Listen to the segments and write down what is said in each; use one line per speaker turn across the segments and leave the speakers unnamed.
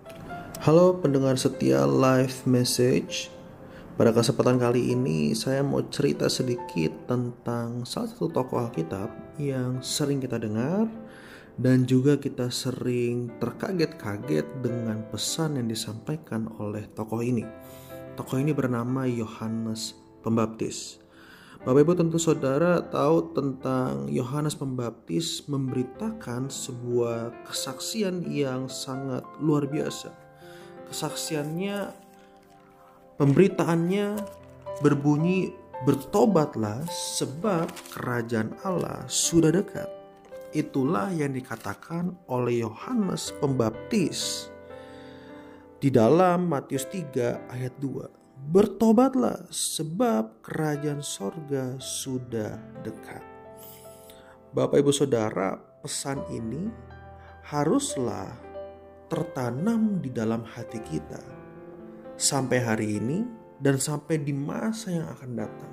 Halo pendengar setia Live Message. Pada kesempatan kali ini saya mau cerita sedikit tentang salah satu tokoh Alkitab yang sering kita dengar dan juga kita sering terkaget-kaget dengan pesan yang disampaikan oleh tokoh ini. Tokoh ini bernama Yohanes Pembaptis. Bapak Ibu tentu saudara tahu tentang Yohanes Pembaptis memberitakan sebuah kesaksian yang sangat luar biasa. Kesaksiannya, pemberitaannya berbunyi, "Bertobatlah sebab kerajaan Allah sudah dekat." Itulah yang dikatakan oleh Yohanes Pembaptis di dalam Matius 3 ayat 2. "Bertobatlah sebab kerajaan sorga sudah dekat." Bapak Ibu Saudara, pesan ini haruslah tertanam di dalam hati kita sampai hari ini dan sampai di masa yang akan datang.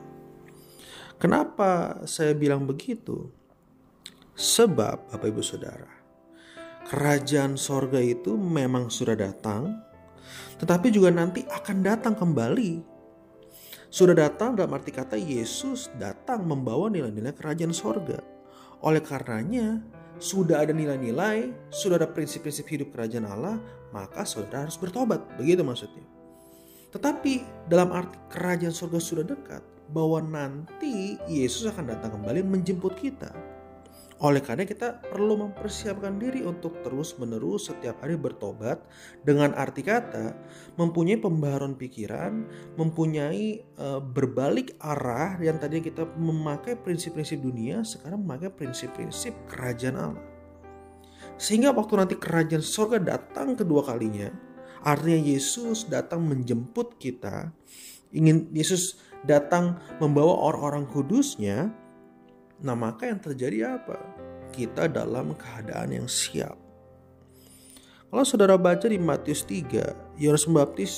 Kenapa saya bilang begitu? Sebab Bapak Ibu Saudara, kerajaan sorga itu memang sudah datang, tetapi juga nanti akan datang kembali. Sudah datang dalam arti kata Yesus datang membawa nilai-nilai kerajaan sorga. Oleh karenanya, sudah ada nilai-nilai, sudah ada prinsip-prinsip hidup kerajaan Allah, maka saudara harus bertobat. Begitu maksudnya. Tetapi dalam arti kerajaan surga sudah dekat, bahwa nanti Yesus akan datang kembali menjemput kita. Oleh karena kita perlu mempersiapkan diri untuk terus-menerus setiap hari bertobat, dengan arti kata mempunyai pembaharuan pikiran, mempunyai berbalik arah yang tadinya kita memakai prinsip-prinsip dunia, sekarang memakai prinsip-prinsip kerajaan Allah. Sehingga waktu nanti kerajaan surga datang kedua kalinya, artinya Yesus datang menjemput kita, Yesus datang membawa orang-orang kudusnya. Nah, maka yang terjadi apa? Kita dalam keadaan yang siap. Kalau saudara baca di Matius 3, Yohanes Pembaptis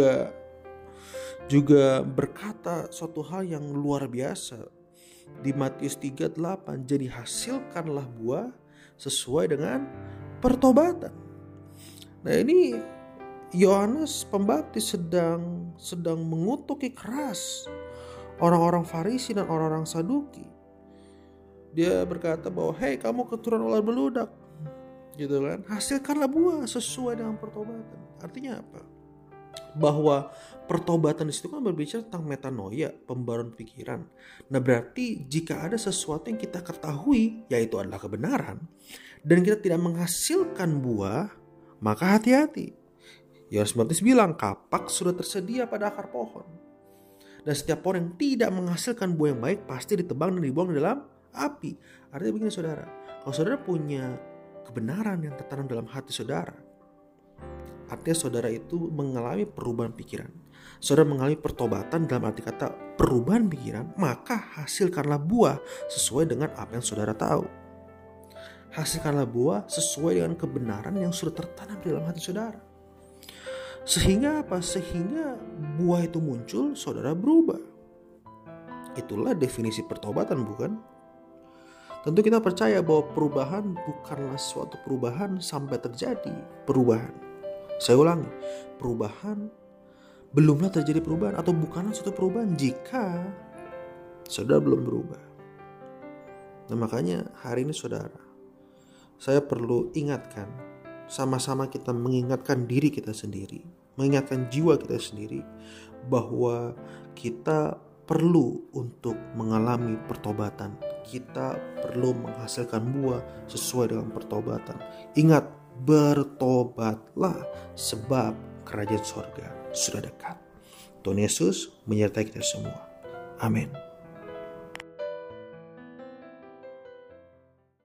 juga berkata suatu hal yang luar biasa. Di Matius 3:8, "Jadi hasilkanlah buah sesuai dengan pertobatan." Nah, ini Yohanes Pembaptis sedang mengutuki keras orang-orang Farisi dan orang-orang Saduki. Dia berkata bahwa, "Hei, kamu keturunan ular beludak," gitu kan, "hasilkanlah buah sesuai dengan pertobatan." Artinya apa? Bahwa pertobatan di situ kan berbicara tentang metanoia, pembaruan pikiran. Nah, berarti jika ada sesuatu yang kita ketahui, yaitu adalah kebenaran, dan kita tidak menghasilkan buah, maka hati-hati. Yohanes Pembaptis bilang, "Kapak sudah tersedia pada akar pohon. Dan setiap pohon yang tidak menghasilkan buah yang baik pasti ditebang dan dibuang di dalam api." Artinya begini saudara, kalau saudara punya kebenaran yang tertanam dalam hati saudara, artinya saudara itu mengalami perubahan pikiran, saudara mengalami pertobatan dalam arti kata perubahan pikiran, maka hasilkanlah buah sesuai dengan apa yang saudara tahu. Hasilkanlah buah sesuai dengan kebenaran yang sudah tertanam di dalam hati saudara. Sehingga apa? Sehingga buah itu muncul, saudara berubah. Itulah definisi pertobatan, bukan? Tentu kita percaya bahwa perubahan bukanlah suatu perubahan sampai terjadi perubahan. Saya ulangi, perubahan belumlah terjadi perubahan atau bukanlah suatu perubahan jika saudara belum berubah. Nah, makanya hari ini saudara, saya perlu ingatkan, sama-sama kita mengingatkan diri kita sendiri, mengingatkan jiwa kita sendiri bahwa kita perlu untuk mengalami pertobatan. Kita perlu menghasilkan buah sesuai dengan pertobatan. Ingat, bertobatlah sebab kerajaan sorga sudah dekat. Tuhan Yesus menyertai kita semua. Amin.